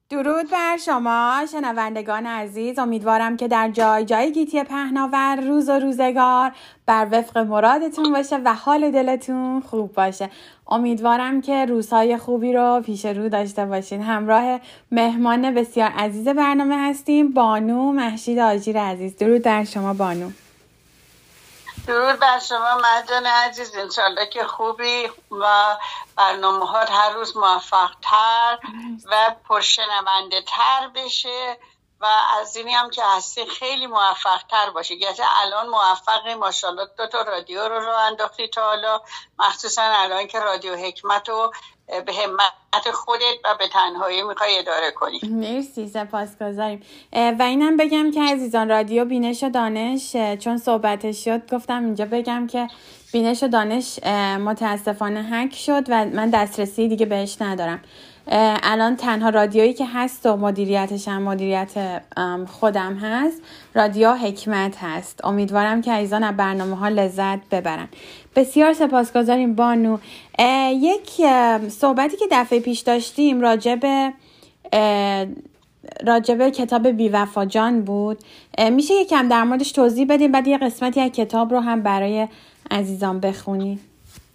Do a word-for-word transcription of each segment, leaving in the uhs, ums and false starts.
درود بر شما شنوندگان عزیز. امیدوارم که در جای جای گیتی پهناور روز و روزگار بر وفق مرادتون باشه و حال دلتون خوب باشه. امیدوارم که روزهای خوبی رو پیش رو داشته باشین. همراه مهمان بسیار عزیز برنامه هستیم، بانو مهشید آژیر عزیز. درود بر شما بانو. درود بر شما مرجان عزیز، انشالله که خوبی و برنامه ها هر روز موفق تر و پرشنونده تر بشه و از اینی هم که هستی خیلی موفق تر باشه. گرچه الان موفقی، ماشاءالله دو تا رادیو رو رو انداختی تا حالا، مخصوصا الان که رادیو حکمت رو به همت خودت و به تنهایی میخوای اداره کنی. مرسی، سپاسگزاریم. و اینم بگم که عزیزان رادیو بینش و دانش، چون صحبتش شد گفتم اینجا بگم که بینش و دانش متاسفانه هک شد و من دسترسی دیگه بهش ندارم. الان تنها رادیویی که هست و مدیریتش هم مدیریت خودم هست رادیو حکمت هست. امیدوارم که عزیزان از برنامه ها لذت ببرن. بسیار سپاسگزاریم بانو. یک صحبتی که دفعه پیش داشتیم راجب راجب کتاب بی‌وفا جان بود، میشه یکم در موردش توضیح بدیم، بعد یه قسمتی از کتاب رو هم برای عزیزان بخونی؟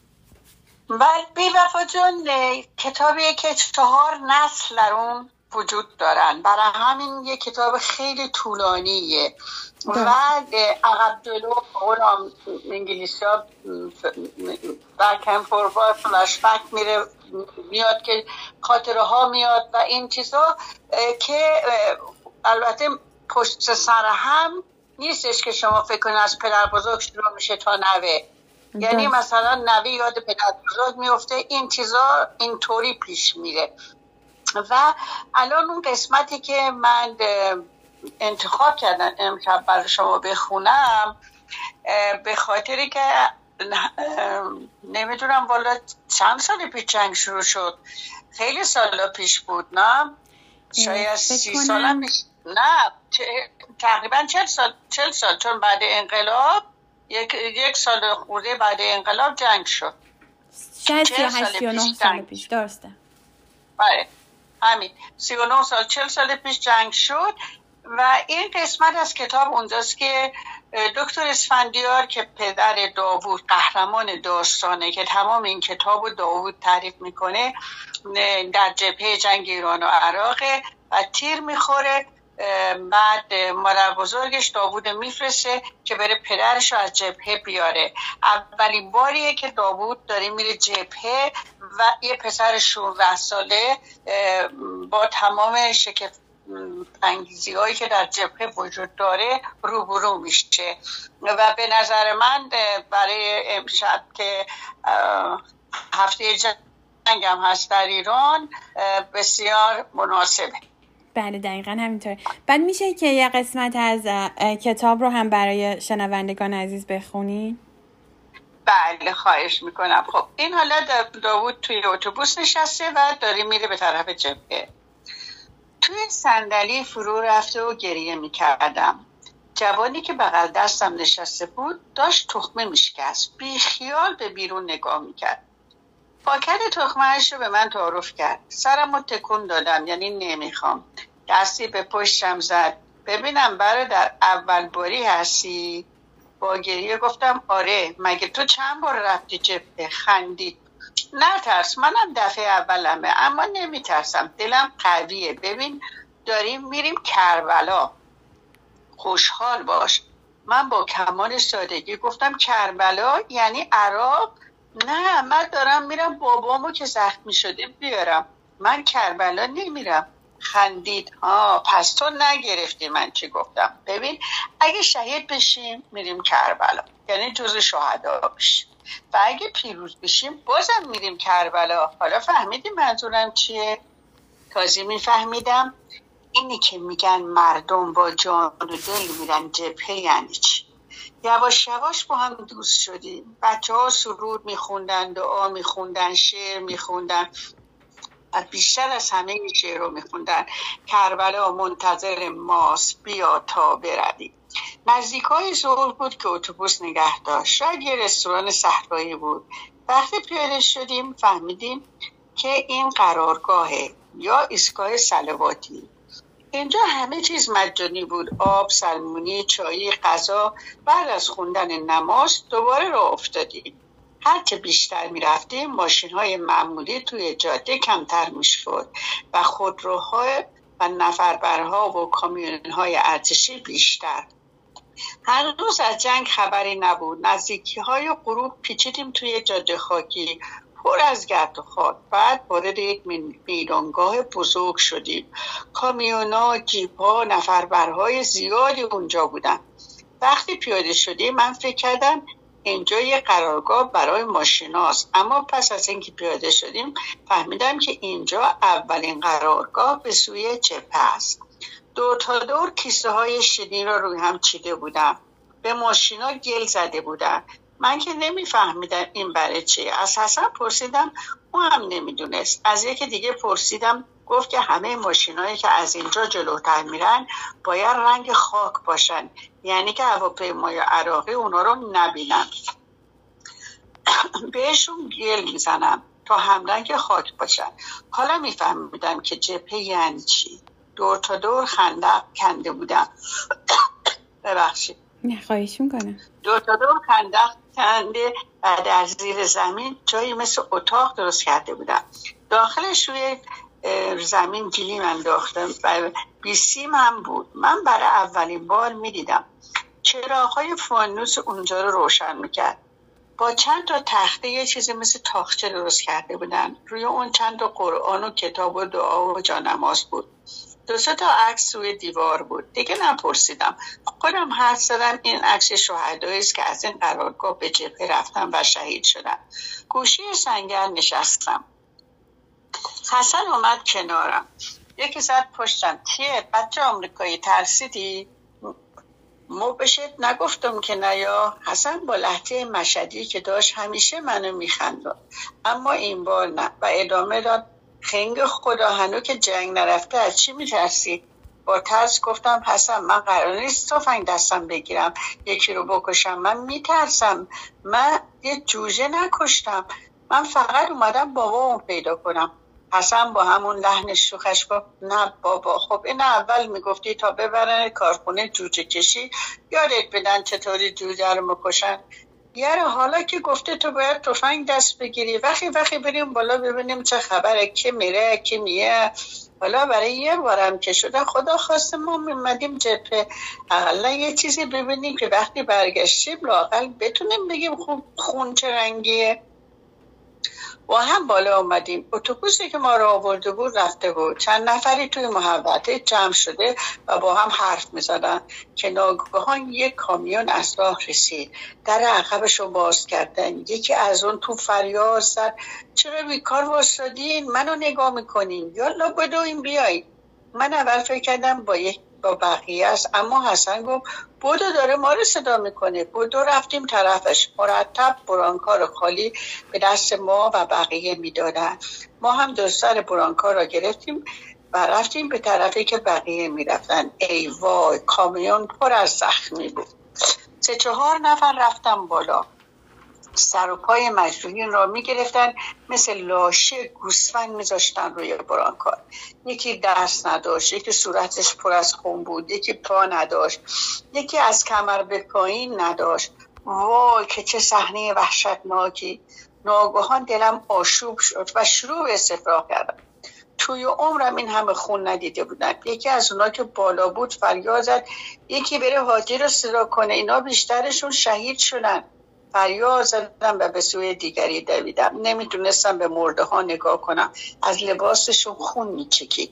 بله، بی‌وفا جان کتابیه که چهار نسل در اون وجود دارن، برای همین یه کتاب خیلی طولانیه و عقب جلو اونم انگلیسی ها بک اند فورورد فلش بک میره میاد که خاطره ها میاد و این چیزا که البته پشت سر هم نیستش که شما فکر کنید از پدر بزرگ شروع میشه تا نوه، یعنی مثلا نوی یاد پدر بزرگ میفته، این چیزا اینطوری پیش میره. و الان اون قسمتی که من انتخاب کردم امشب برای شما بخونم به خاطری که نمیدونم والا چند سال پیش جنگ شروع شد، خیلی سالا پیش بود، نه شاید سی سال هم نیست، نه تقریبا چل سال چل سال چون بعد انقلاب یک یک سال خورده بعد انقلاب جنگ شد. شاید سی و هشت سی و نه سال پیش، درسته؟ بله همین سی و نه سال چل سال پیش جنگ شد. و این قسمت از کتاب اونجاست که دکتر اسفندیار که پدر داوود قهرمان داستانه که تمام این کتاب رو داوود تعریف میکنه، در جبهه جنگ ایران و عراق و تیر میخوره، بعد مادر بزرگش داوود میفرسته که بره پدرش رو از جبهه بیاره. اولین باریه که داوود داره میره جبهه و یه پسر شانزده ساله با تمام شگفت انگیزی هایی که در جبهه وجود داره روبرو میشه و به نظر من برای امشب که هفته جنگ هم هست در ایران بسیار مناسبه. بله دقیقا همینطور. بعد میشه که یه قسمت از کتاب رو هم برای شنوندگان عزیز بخونی؟ بله خواهش میکنم. خب این حالا داوود توی اتوبوس نشسته و داره میره به طرف جبهه. توی صندلی فرو رفته و گریه میکردم. جوانی که بغل دستم نشسته بود داشت تخمه میشکست. بی خیال به بیرون نگاه میکرد. پاکت تخمه‌اش رو به من تعارف کرد. سرم رو تکون دادم، یعنی نمیخوام. دستی به پشتم زد. ببینم برادر اول باری هستی؟ با گریه گفتم آره. مگه تو چند بار رفتی جبهه؟ خندید. نه ترس، منم دفعه اولمه، اما نمیترسم، دلم قویه. ببین داریم میریم کربلا، خوشحال باش. من با کمال سادگی گفتم کربلا یعنی عراق؟ نه من دارم میرم بابامو که زخمی شده بیارم، من کربلا نمیرم. خندید. ها پس تو نگرفتی من چی گفتم. ببین اگه شهید بشیم میریم کربلا، یعنی جز شهدا بشیم، و اگه پیروز بشیم بازم میریم کربلا. حالا فهمیدی منظورم چیه؟ تازه میفهمیدم اینی که میگن مردم با جان و دل میرن جبهه یعنی چی. یواش یواش با هم دوست شدیم. بچه ها سرود میخوندن، دعا میخوندن، شعر میخوندن، بیشتر از همه این شعر رو میخوندن. کربلا منتظر ماست، بیا تا برویم. نزدیکای ظهر بود که اتوبوس نگه داشت. شاید یه رستوران صحرایی بود. وقتی پیاده شدیم فهمیدیم که این قرارگاهه. یا ایستگاه صلواتی. اینجا همه چیز مجانی بود، آب، سلمونی، چای، غذا. بعد از خوندن نماز دوباره راه افتادیم. هرچه بیشتر می رفتیم ماشین های معمولی توی جاده کمتر می شد و خودروها و نفربرها و کامیون های ارتشی بیشتر. هر روز از جنگ خبری نبود. نزدیکی های غروب پیچیدیم توی جاده خاکی پر از گرد و خاک. بعد وارد یک میدانگاه بزرگ شدیم. کامیونا، جیپ‌ها، نفربرهای زیادی اونجا بودن. وقتی پیاده شدیم من فکر کردم اینجا یک قرارگاه برای ماشیناست، اما پس از اینکه پیاده شدیم فهمیدم که اینجا اولین قرارگاه به سوی جبهه است. دور تا دور کیسه های شیرینی را روی هم چیده بودم. به ماشینا گل زده بودن. من که نمیفهمیدم این برای چیه. از حسن پرسیدم، او هم نمیدونست. از یکی دیگه پرسیدم، گفت که همه ماشینایی که از اینجا جلوتر میرن باید رنگ خاک باشن، یعنی که هواپیمای عراقی اونا رو نبینن. بهشون گل میزنم تا همرنگ خاک باشن. حالا میفهمیدم که جبهه یعنی چی. دور تا دور خندق کنده بودم. ببخشید. نه خواهش میکنم. دور تا دور خندق کنده و در زیر زمین جایی مثل اتاق درست کرده بودم. داخلش روی زمین گلیم انداختم و بیسیم هم بود. من برای اولین بار میدیدم. چراغ‌های فانوس اونجا رو روشن میکرد. با چند تا تخته یه چیزی مثل تاقچه درست کرده بودن. روی اون چند تا قرآن و کتاب و دعا و جانماز بود. دو سه تا عکس روی دیوار بود. دیگه نپرسیدم. خودم حدس زدم این عکس شهدایی است که از این قرارگاه به جبهه رفتن و شهید شدن. گوشی سنگر نشستم. حسن اومد کنارم. یکی زد پشتم. چیه؟ بچه آمریکایی ترسیدی؟ مو بشت نگفتم که نه یا. حسن با لهجه مشهدی که داشت همیشه منو میخنداد، اما این بار نه و ادامه داد. خنگ خدا، هنو که جنگ نرفته از چی میترسی؟ با ترس گفتم حسن من قرار نیست تفنگ دستم بگیرم یکی رو بکشم. من میترسم. من یه جوجه نکشتم. من فقط اومدم بابامو پیدا کنم. حسن با همون لحن شوخش گفت نه بابا، خب این اول میگفتی تا ببرن کارخونه جوجه کشی یادت بدن چطوری جوجه رو مکشن. یاره حالا که گفته تو باید تفنگ دست بگیری، وقتی وقتی بریم بالا ببینیم چه خبره، کی میره کی میه. حالا برای یه بارم که شده خدا خواسته ما میمدیم جبهه، اقلا یه چیزی ببینیم که وقتی برگشتیم لااقل بتونیم بگیم خوب خون چه رنگیه. و هم بالا اومدیم. اتوبوسی که ما رو آورده بود رفته بود. چند نفری توی محوطه جمع شده و با هم حرف می‌زدن که ناگهان یک کامیون از راه رسید. در عقبش رو باز کردن. یکی از اون تو فریاد زد چرا بیکار وایسادین؟ منو نگاه می‌کنین؟ یالا بدوین بیای. من اول فکر کردم با یک با بقیه است، اما حسن گفت بودو داره ما رو صدا میکنه. بودو رفتیم طرفش. مرتب برانکا رو خالی به دست ما و بقیه میدادن. ما هم دستر برانکا رو گرفتیم و رفتیم به طرفی که بقیه میرفتن. ای وای، کامیون پر از زخمی بود. سه چهار نفر رفتم بالا. سر و پای مجروحین را می گرفتن، مثل لاشه گوسفند می ذاشتن روی برانکا. یکی دست نداشت، یکی صورتش پر از خون بود، یکی پا نداشت، یکی از کمر به پایین نداشت. وای که چه صحنه وحشتناکی. ناگهان دلم آشوب شد و شروع به استفراغ کردم. توی عمرم این همه خون ندیده بودم. یکی از اونا که بالا بود فریاد زد یکی بره حاجی رو صدا کنه، اینا بیشترشون شهید شدن. فریاد زدم و به سوی دیگری دویدم. نمیتونستم به مرده ها نگاه کنم، از لباسشون خون میچکید.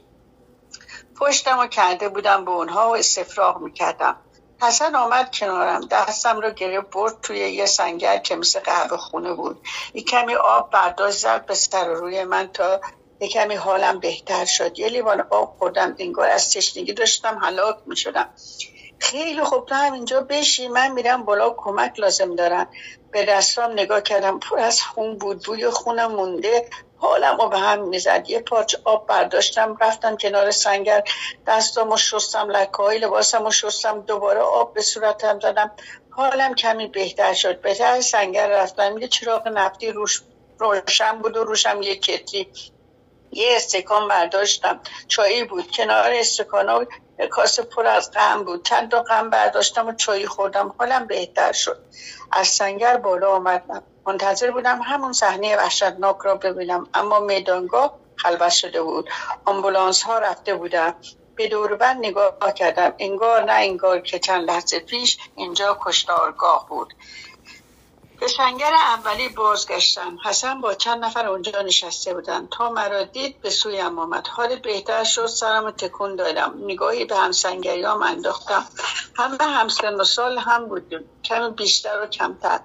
پشتم رو کرده بودم به اونها و استفراغ میکردم. حسن آمد کنارم، دستم رو گرفت برد توی یه سنگر که مثل قهوه خونه بود. یک کمی آب برداشت زد به سر و روی من تا یک کمی حالم بهتر شد. یه لیوان آب خوردم، انگار از تشنگی داشتم هلاک میشدم. خیلی خوب تو همینجا بشی، من میرم بالا، کمک لازم دارم. به دستام نگاه کردم، پر از خون بود، بوی خونم مونده، حالم رو به هم میزد. یه پارچ آب برداشتم رفتم کنار سنگر، دستامو شستم، لکه‌های لباسمو شستم، دوباره آب به صورتم زدم. حالم کمی بهتر شد. به ته سنگر رفتم، یه چراغ نفتی روش روشن بود و روشم یه کتری. یه استکان برداشتم، چایی بود کنار استکانا، کاسه پر از قند بود، چند تا قند برداشتم و چایی خوردم، حالم بهتر شد. از سنگر بالا آمدم، منتظر بودم همون صحنه وحشتناک را ببینم، اما میدانگاه خلوت شده بود. آمبولانس ها رفته بودن. به دوربر نگاه کردم، انگار نه انگار که چند لحظه پیش اینجا کشتارگاه بود. به سنگر اولی بازگشتم. حسن با چند نفر اونجا نشسته بودن. تا مرا دید به سویم آمد. حال بهتر شد، سرم تکون دادم، نگاهی به همسنگریام انداختم. همه همسن و سال هم بودیم، کمی بیشتر و کمتر.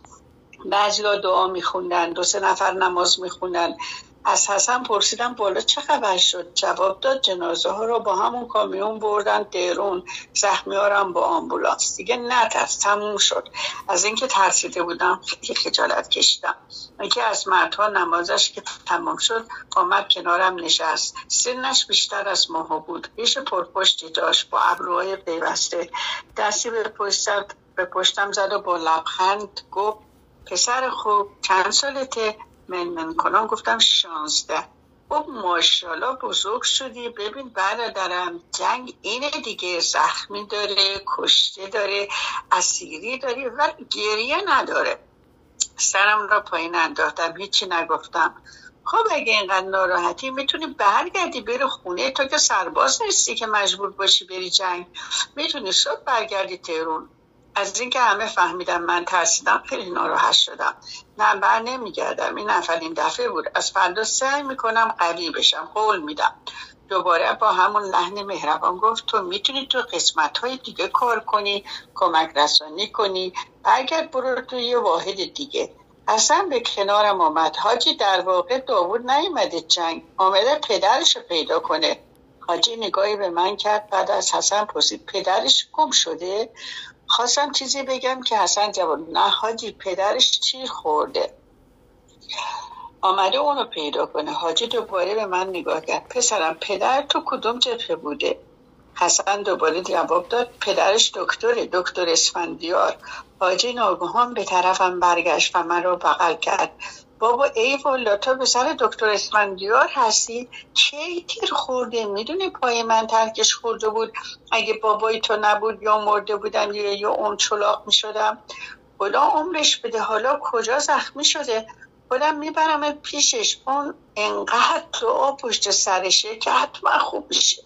بعضی‌ها دعا میخوندن، دو سه نفر نماز میخوندن. از حسن پرسیدم بالا چه خبر شد؟ جواب داد جنازه ها رو با همون کامیون بردن تهران، زخمی ها رو هم با آمبولانس. دیگه نترس، تموم شد. از اینکه ترسیده بودم خیلی خجالت کشیدم. یکی از مردها نمازش که تمام شد آمد کنارم نشست. سنش بیشتر از ماها بود، ریش پرپشتی داشت با ابروهای پیوسته. دستی به پشتم به پشتم زد و با لبخند گفت پسر خوب چند سالته؟ من من کنم گفتم شانزده. گفت ماشاءالله بزرگ شدی، ببین برادرم جنگ اینه دیگه، زخمی داره، کشته داره، اسیری داره و گریه نداره. سرم را پایین انداختم، هیچی نگفتم. خب اگه اینقدر ناراحتی میتونی برگردی بری خونه، تو که سرباز نیستی که مجبور باشی بری جنگ، میتونی صبح برگردی تهران. از اینکه همه فهمیدم من ترسیدم خیلی ناراحت شدم. نه بر نمیگردم، این اولین دفعه بود. از فردا سعی میکنم قوی بشم، قول میدم. دوباره با همون لحن مهربان گفت تو میتونی تو قسمت‌های دیگه کار کنی، کمک رسانی کنی، برگرد برو تو یه واحد دیگه. اصلا به کنارم آمد. حاجی در واقع داوود نیومده جنگ، آمده پدرش پیدا کنه. حاجی نگاهی به من کرد، بعد از حسن پرسید پدرش گم شده؟ خواستم چیزی بگم که حسن جواب نه حاجی پدرش تیر خورده، آمده اونو پیدا کنه. حاجی دوباره به من نگاه کرد. پسرم پدر تو کدوم جبهه بوده؟ حسن دوباره جواب داد پدرش دکتره، دکتر اسفندیار. حاجی ناگهان به طرفم برگشت و من رو بغل کرد. بابا ای والا تو به سر دکتر اسفندیار هستی؟ چه تیر خورده؟ میدونی پای من ترکش خورده بود، اگه بابای تو نبود یا مرده بودم یا یا اون چلاق میشدم. خدا عمرش بده، حالا کجا زخمی شده؟ خودم میبرم پیشش، اون انقدر دعا پشت سرشه که حتما خوب میشه.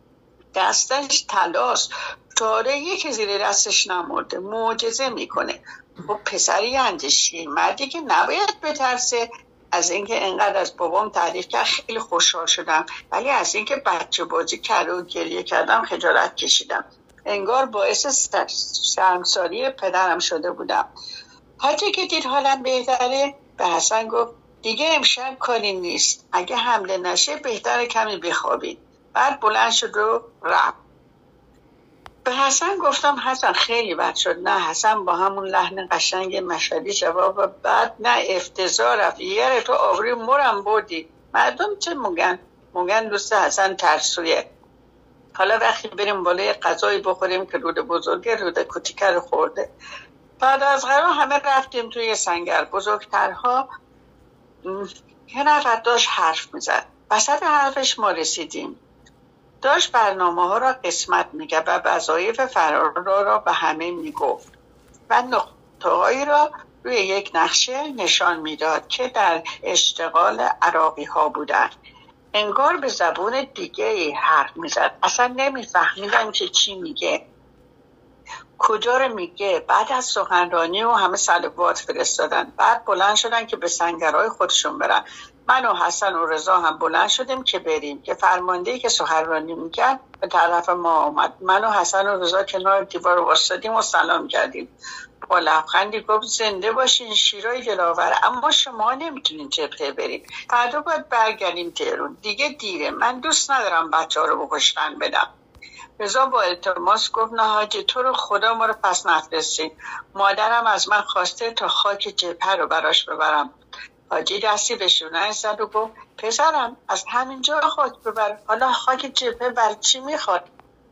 دستش طلاست، تاره یکی زیر دستش نمورده، معجزه میکنه. خب پسری اندشی مردی که نباید بترسه. از اینکه انقدر از بابام تعریف کرد خیلی خوشحال شدم، ولی از اینکه بچه بازی کرده و گریه کردم خجالت کشیدم. انگار باعث شرمساری پدرم شده بودم. حتی که دید حالم بهتره به حسن گفت دیگه امشب کاری نیست، اگه حمله نشه بهتره کمی بخوابید. بعد بلند شد و رفت. به حسن گفتم حسن خیلی بد شد. نه حسن با همون لحن قشنگ مشهدی جواب و بعد نه افتضاح رفت. یه تو آبروی مرم بردی. مردم چه موگن؟ موگن دوست حسن ترسویه. حالا وقتی بریم بالای غذایی بخوریم که رود بزرگه رود کوچیکه خورده. بعد از غذا همه رفتیم توی سنگر. بزرگترها یه نفر داشت حرف میزد. وسط حرفش ما رسیدیم. داشت برنامه ها را قسمت میگه و وظایف فرارا را به همه میگفت و نقطه هایی را روی یک نقشه نشان میداد که در اشتغال عراقی ها بودن. انگار به زبون دیگه حرف میزد. اصلا نمیفهمیدم که چی میگه، کجا رو میگه. بعد از سخنرانی و همه صلوات فرستادن. بعد بلند شدن که به سنگرهای خودشون برن. من و حسن و رضا هم بلند شدیم که بریم که فرماندهی که سخنرانی میکرد به طرف ما آمد. من و حسن و رضا کنار دیوار واسطادیم و سلام کردیم. با لبخندی گفت زنده باشین شیرای دلاور، اما شما نمیتونین جبهه برید، فردا باید برگردیم تهران، دیگه دیره، من دوست ندارم بچه ها رو بکشتن بدم. رضا با التماس گفت نه حاجی تو رو خدا ما رو پس نفرستین، مادرم از من خواسته تا خاک جبهه رو براش ببرم. حاجی دستی به شونه‌اش زد و گفت پسرم از همینجا خاک ببر، حالا خاک جبهه بر چی میخواد؟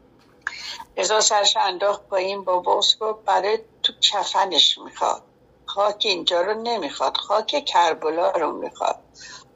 رضا سرش انداخت پایین با بغض گفت برای تو کفنش میخواد، خاک اینجا رو نمیخواد، خاک کربلا رو میخواد.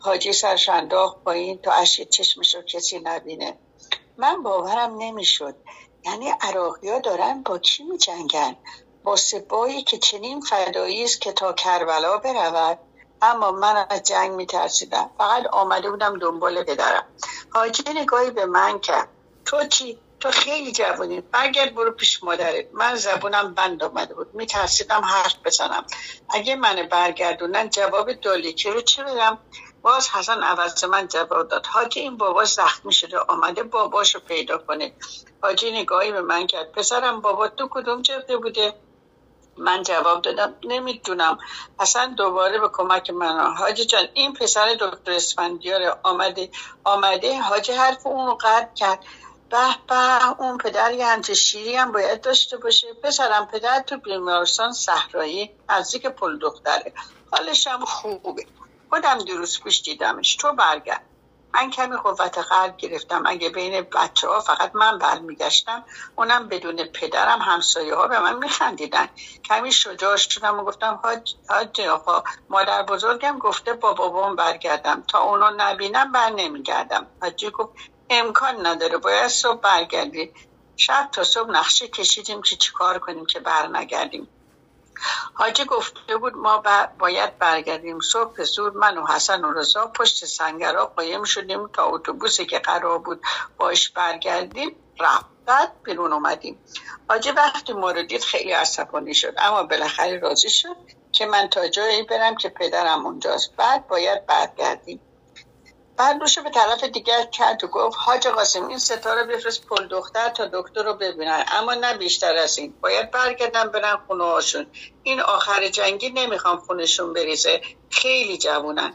حاجی سرش انداخت پایین تا اشک چشمش رو کسی نبینه. من باورم نمیشد. یعنی عراقی‌ها دارن با کی می‌جنگن؟ با سپاهی که چنین فدایی است که تا کربلا برود. اما من از جنگ میترسیدم. فقط آمده بودم دنبال پدرم. حاجی نگاهی به من کرد. تو چی؟ تو خیلی جوانی، برگرد برو پیش مادرت. من زبونم بند آمده بود، میترسیدم حرف بزنم. اگه من برگردونن جواب دالیکی رو چه بدم؟ باز حسن عوض من جواب داد. حاجی این باباش زخمی شده، آمده باباشو پیدا کنه. حاجی نگاهی به من کرد. پسرم بابا تو کدوم جبهه بوده؟ من جواب دادم نمیدونم. حسن دوباره به کمک من. حاجی جان این پسر دکتر اسفندیار آمده آمده حاجی حرف اون رو قطع کرد. به به اون پدر یه همچه شیری هم باید داشته باشه. پسرم پدر تو بیمارستان صحرایی نزدیک پل دختره، حالش هم خوبه. خودم دیروز پیش دیدمش. تو برگرد. من کمی قوت قلب گرفتم. اگه بین بچه ها فقط من برمیگشتم، اونم بدون پدرم، همسایه ها به من میخندیدن. کمی شجاع شدم و گفتم حاج حاج آقا مادر بزرگم گفته با بابام برگردم، تا اونو نبینم بر نمیگردم. حاجی گفت امکان نداره، باید صبح برگردی. شب تا صبح نقشه کشیدیم که چیکار کنیم که بر نگردیم. حاجی گفته بود ما باید برگردیم. صبح زود من و حسن و رضا پشت سنگرها قایم شدیم تا اتوبوسی که قرار بود باش برگردیم رفت. بعد بیرون اومدیم. حاجی وقتی ما رو دید خیلی عصبانی شد، اما بالاخره راضی شد که من تا جایی برم که پدرم اونجاست. بعد باید برگردیم. بعد روشو به طرف دیگر کرد و گفت حاج قاسم این ستاره بفرست پل دختر تا دکتر رو ببینن، اما نه بیشتر از این. باید برگردن برن خونه هاشون. این آخر جنگی نمیخوام خونشون بریزه، خیلی جوونن.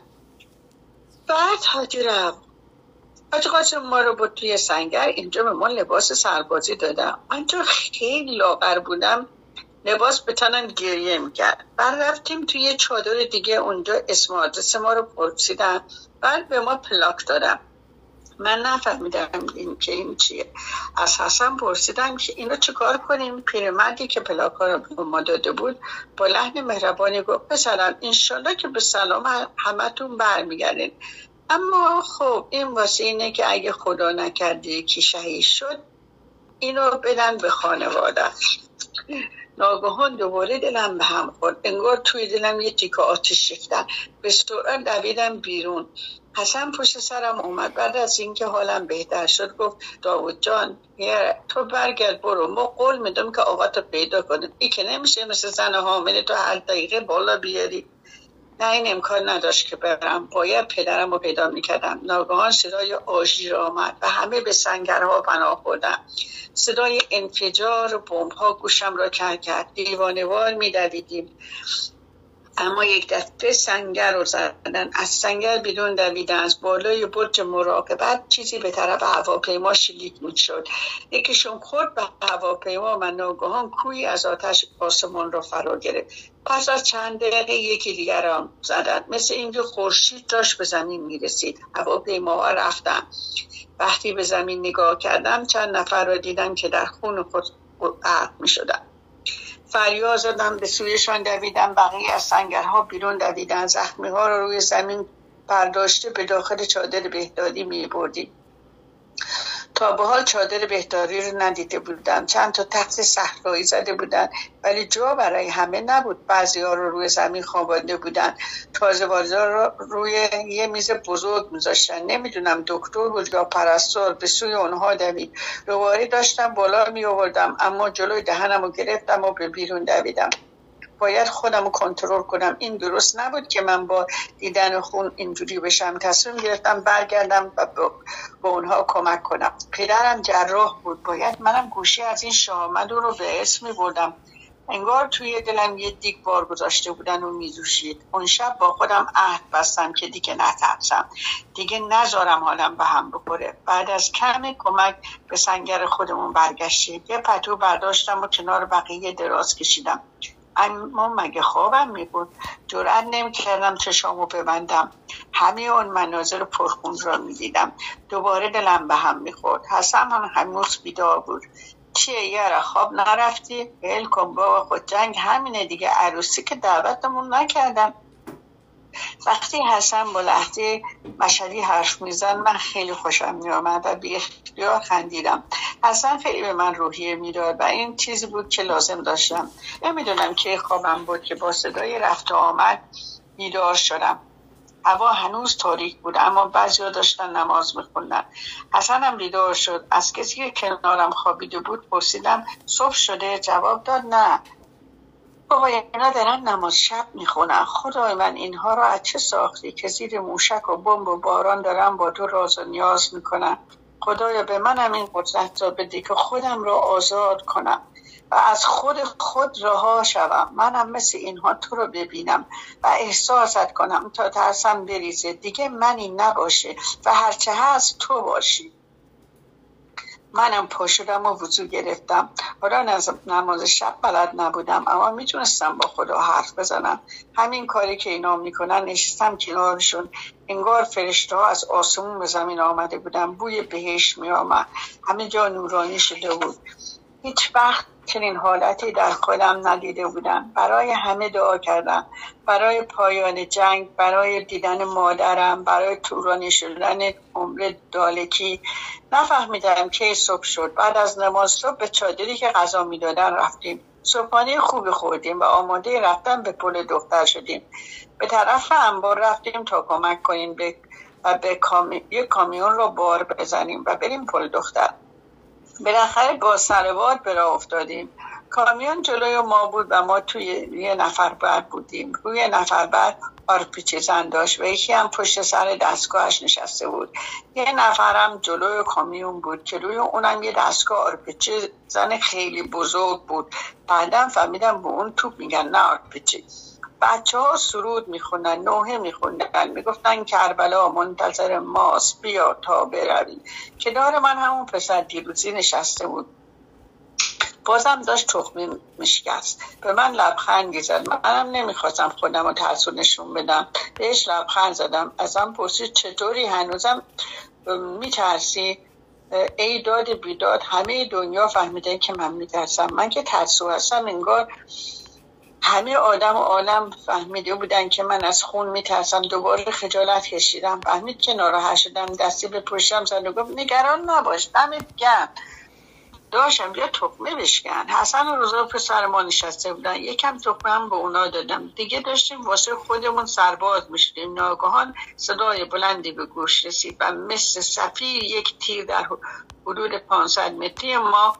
بعد حاجی رفت. حاج قاسم ما رو بود توی سنگر. اینجا به ما لباس سربازی دادم. من چون خیلی لاغر بودم لباس به تنم گریه میکرد. بعد رفتیم توی چادر دیگه. اونجا اسم آدرس ما رو پرسیدم. بعد به ما پلاک دادم. من نفهمیدم این که این چیه. از حسن پرسیدم که اینو چیکار کنیم. پیرمردی که پلاک ها رو به ما داده بود با لحن مهربانی گفت پسرم انشالله که به سلام همتون برمیگردین، اما خب این واسه اینه که اگه خدا نکرده یکی شهید شد اینو بدن به خانواده. ناگهان دوباره دلم به هم خورد. انگار توی دلم یه تیکه آتش ریختن. به سرعت دویدم بیرون. حسن پشت سرم اومد. بعد از اینکه حالم بهتر شد گفت داوود جان تو برگرد برو، ما قول میدم که آقا تو پیدا کنیم. این که نمیشه مثل زن حامله تو هر دقیقه بالا بیاری. نه این امکان نداشت که برم. باید پدرم رو پیدا میکردم. ناگهان صدای آژیر آمد و همه به سنگرها پناه بردن. صدای انفجار و بمب‌ها گوشم را کر کرد. دیوانه‌وار می‌دویدیم. اما یک دفعه سنگر رو زدن. از سنگر بیرون دویدن. از بالای برج مراقبت چیزی به طرف هواپیما شلیک می‌شد. یکیشون خورد به هواپیما و ناگهان کوهی از آتش آسمان را فرا گرفت. پس از چند دقیقه یکی دیگر را زدن. مثل اینکه خورشید داشت به زمین می‌رسید. هواپیماها رفتن. وقتی به زمین نگاه کردم چند نفر را دیدم که در خون خود غرق می‌شدند. فریاد زدم، به سویشان دویدم. بقیه از سنگرها بیرون دویدن. زخمی‌ها را روی زمین برداشته به داخل چادر بهداری می‌بردیم. تا به حال چادر بهداری رو ندیده بودم. چند تا تخت صحرایی زده بودن ولی جا برای همه نبود. بعضی‌ها رو روی زمین خوابانده بودن. تازه واردها رو روی یه میز بزرگ میذاشتن. نمیدونم دکتر بود یا پرستار. به سوی اونها دوید. دوباره داشتم بالا می آوردم اما جلوی دهنم رو گرفتم و به بیرون دویدم. باید خودم رو کنترل کنم. این درست نبود که من با دیدن خون اینجوری بشم. تصمیم گرفتم برگردم و با اونها کمک کنم. پدرم جراح بود. باید منم گوشی از این شامدو رو به اسم می بردم. انگار توی دلم یه دیگ بار گذاشته بودن و می‌جوشید. اون شب با خودم عهد بستم که دیگه نترسم. دیگه نذارم حالم به هم بخوره. بعد از کم کمک به سنگر خودمون برگشتیم. یه پتو برداشتم و کنار بقیه دراز کشیدم. اما مگه خوابم میبود؟ جرئت نمی‌کردم چشامو ببندم. همه اون مناظر پرخون را می‌دیدم. دوباره دلم به هم می‌خورد. حسن هم هنوز بیدار بود. چیه یاره خواب نرفتی؟ ول کن بابا، خود جنگ همینه دیگه. عروسی که دعوتمون نکردن. وقتی حسن با لهجه مشهدی حرف میزن من خیلی خوشم میامد و بی اختیار خندیدم. حسن خیلی به من روحیه میداد و این چیزی بود که لازم داشتم. نمیدونم که خوابم بود که با صدای رفت و آمد بیدار شدم. هوا هنوز تاریک بود اما بعضیا داشتن نماز میخوندن. حسنم بیدار شد. از کسی که کنارم خوابیده بود پرسیدم صبح شده؟ جواب داد نه بابا، اینا دارن نماز شب میخونن. خدای من اینها را از چه ساختی که زیر موشک و بمب و باران دارن با تو راز و نیاز میکنن. خدایا به منم این قدرت را بده که خودم را آزاد کنم و از خود خود رها شوم. منم مثل اینها تو رو ببینم و احساست کنم تا ترسم بریزه. دیگه منی نباشه و هرچه هست تو باشی. منم پا شدم و وضو گرفتم. حالا نماز شب بلد نبودم اما میتونستم با خدا حرف بزنم. همین کاری که اینا میکنن نشستم کنارشون. انگار فرشته ها از آسمون به زمین آمده بودن. بوی بهشت میآمد. همه جا نورانی شده بود. هیچ وقت چنین حالتی در خودم ندیده بودم. برای همه دعا کردم، برای پایان جنگ، برای دیدن مادرم، برای طولانی شدن عمر دالکی. نفهمیدم که صبح شد. بعد از نماز صبح به چادری که غذا میدادن رفتیم. صبحانه خوبی خوردیم و آماده رفتن به پل دختر شدیم. به طرف انبار رفتیم تا کمک کنیم به و به کامی... یک کامیون رو بار بزنیم و بریم پل دختر. بالاخره با سرواد به راه افتادیم. کامیون جلوی ما بود و ما توی یه نفربر بودیم. روی نفربر آرپیچی زن داشت و یکی هم پشت سر دستگاهش نشسته بود. یه نفرم جلوی کامیون بود که روی اونم یه دستگاه آرپیچی زن خیلی بزرگ بود. بعدم فهمیدم به اون توپ میگن نه آرپیچی. بچه ها سرود میخوندن، نوحه میخوندن، میگفتن کربلا منتظر ماست بیا تا بروی. کنار من همون پسر دیروزی نشسته بود. بازم داشت تخمی میشکست. به من لبخندی زد. منم نمیخواستم خودم رو ترسو نشون بدم. بهش لبخند زدم. ازم پرسید چطوری؟ هنوزم میترسی؟ ای داد بیداد، همه دنیا فهمیدن که من میترسم. من که ترسو هستم. انگار همه آدم و عالم فهمیده بودن که من از خون میترسم. دوباره خجالت کشیدم. فهمید که ناراحت شدم. دستی به پشتم زد و گفت نگران نباش، دمت گرم. داشتم بیا تخمه بشکن. حسن و رضا پسر ما نشسته بودن. یکم تخمه هم به اونا دادم. دیگه داشتیم واسه خودمون سرباز میشدیم. ناگهان صدای بلندی به گوش رسید و مثل صفیر یک تیر در حدود پانصد متری ما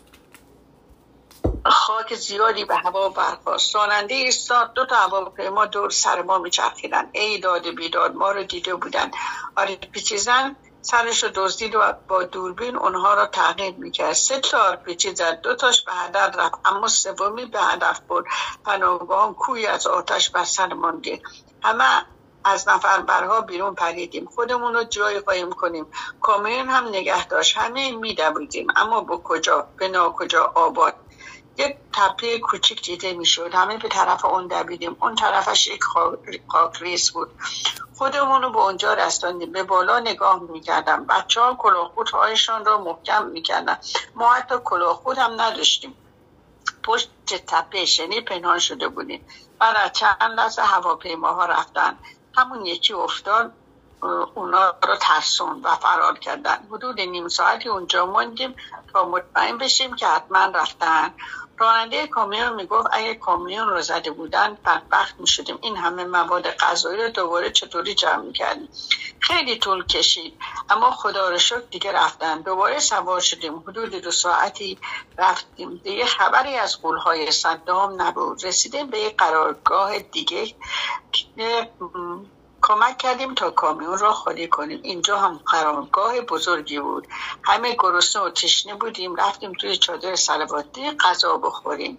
خاک زیادی به هوا برخاست. راننده ایستاد. دو تا هواپیما دور سر ما میچرخیدن. ای داد بیداد، ما رو دیده بودن. آرپیچی زن سرش رو دزدید و با دوربین اونها رو تعقیب میکرد. سه تا آرپیچی زد. دو تاش به هدف رفت اما سومی به هدف برد. پناهگاهان کوی از آتش بر سرمان دید. همه از نفربرها بیرون پریدیم. خودمون رو جای قایم کنیم. کامیون هم نگه داشت. همه میدویدیم اما به کجا؟ به ناکجا آباد. یک تپه کوچیک دیده میشد. همه به طرف اون دویدیم. اون طرفش یک خاکریز بود. خودمون رو به اونجا رساندیم. به بالا نگاه میکردم. بچه ها کلاهخود هایشان رو محکم میکردن. ما حتی کلاهخود هم نداشتیم. پشت تپه شنی پنهان شده بودیم. بعد از چند لحظه هواپیماها رفتن. همون یکی افتاد. اونا رو ترسون و فرار کردن. حدود نیم ساعتی اونجا موندیم تا مطمئن بشیم که حتما رفتن. راننده کامیون میگفت اگه کامیون رو زده بودن بدبخت میشدیم. این همه مواد غذایی رو دوباره چطوری جمع میکردیم؟ خیلی طول کشید اما خدا رو شکر دیگه رفتن. دوباره سوار شدیم. حدود دو ساعتی رفتیم. دیگه خبری از غول‌های صدام نبود. رسیدیم به یک قرارگاه دیگه که کمک کردیم تا کامیون را خالی کنیم. اینجا هم قرارگاه بزرگی بود. همه گرسنه و تشنه بودیم. رفتیم توی چادر سلواتی غذا بخوریم.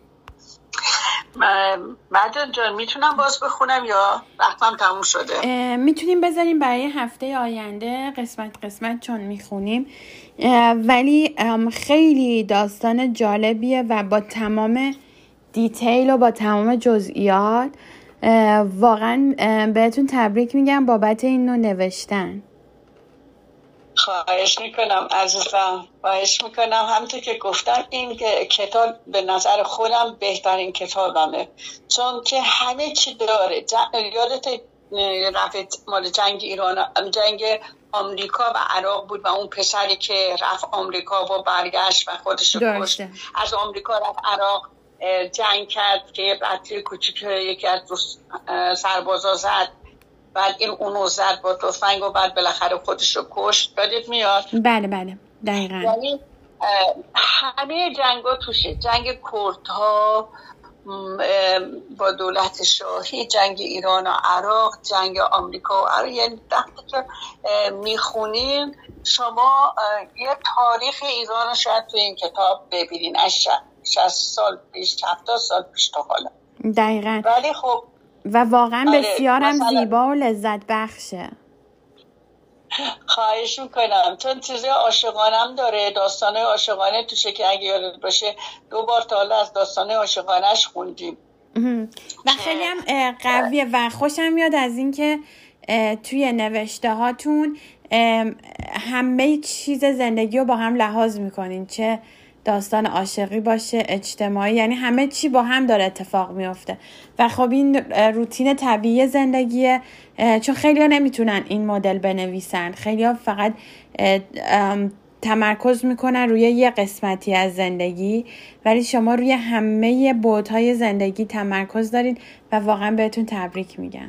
مدن جان میتونم باز بخونم یا وقتم تموم شده؟ میتونیم بذاریم برای هفته آینده قسمت قسمت چون میخونیم. ولی خیلی داستان جالبیه و با تمام دیتیل و با تمام جزئیات. واقعا بهتون تبریک میگم بابت این نوع نوشتن. خواهش میکنم عزیزم، خواهش میکنم. همونطور که گفتم این کتاب به نظر خودم بهترین کتابمه چون که همه چی داره. یادت رفت مال جنگ ایران، جنگ آمریکا و عراق بود و اون پسری که رفت آمریکا و برگشت و خودش رو کشت، از آمریکا رفت عراق جنگ کرد که بچه کوچیک یکی از سربازا زد، بعد این اونو زد با تفنگ و بعد بالاخره خودش رو کشت. یادت میاد؟ بله بله دقیقاً. یعنی همه جنگا توشه، جنگ کردها با دولت شاهی، جنگ ایران و عراق، جنگ آمریکا و عراق. یعنی وقتی که میخونین شما یه تاریخ ایران رو شاید تو این کتاب ببینین از شصت سال پیش، هفتاد سال پیش تا حالا. دقیقاً. ولی خب و واقعا بسیارم زیبا و لذت بخشه. خواهش میکنم، چون چیزای عاشقانم داره، داستانه عاشقانه توشه که اگه یادت باشه دو بار تا حالا از داستانه عاشقانهش خوندیم و خیلی هم قویه و خوشم میاد از این که توی نوشته هاتون همه چیز زندگی رو با هم لحاظ میکنین، چه داستان عاشقی باشه، اجتماعی، یعنی همه چی با هم داره اتفاق میفته و خب این روتین طبیعی زندگیه، چون خیلی ها نمیتونن این مدل بنویسن، خیلی ها فقط تمرکز میکنن روی یه قسمتی از زندگی، ولی شما روی همه بعدهای زندگی تمرکز دارین و واقعا بهتون تبریک میگن.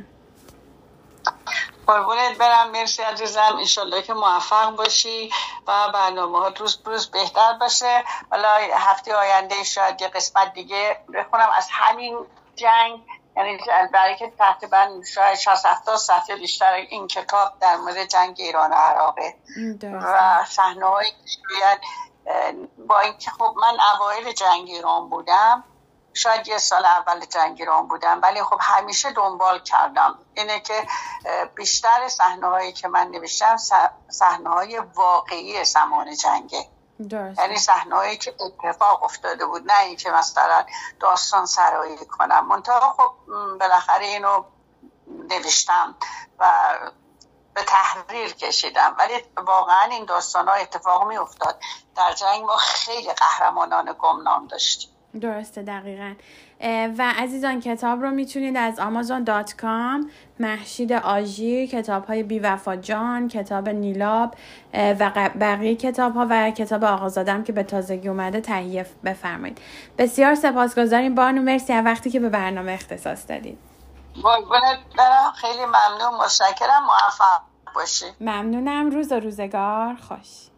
قربونت برم، مرسی عزیزم، انشالله که موفق باشی و برنامه ها روز روز بهتر باشه. حالا هفته آینده شاید یه قسمت دیگه بخونم از همین جنگ، یعنی برای که تقریبا شاید شصت هفتاد صفحه بیشتر این کتاب در مورد جنگ ایران و عراقه و صحنه‌هایی که با اینکه خب من اوایل جنگ ایران بودم، شاید یه سال اول جنگ ایران بودم، ولی خب همیشه دنبال کردم اینه که بیشتر صحنه‌هایی که من نوشتم صحنه‌های واقعی زمان جنگه، یعنی صحنه‌هایی که اتفاق افتاده بود، نه اینکه مثلا داستان سرایی کنم. منتها خب بالاخره اینو نوشتم و به تحریر کشیدم، ولی واقعا این داستان‌ها اتفاق می افتاد. در جنگ ما خیلی قهرمانان گمنام داشتیم. درسته دقیقاً. و عزیزان کتاب رو میتونید از آمازون دات کام، مهشید آژیر، کتاب های بی وفا جان، کتاب نیلاب و بقیه کتاب ها و کتاب آقازادم که به تازگی اومده تهیه بفرمایید. بسیار سپاسگزاریم بانو، مرسی از وقتی که به برنامه اختصاص دادید. قربونت برم، خیلی ممنون، متشکرم، موفق باشی. ممنونم، روز و روزگار خوش.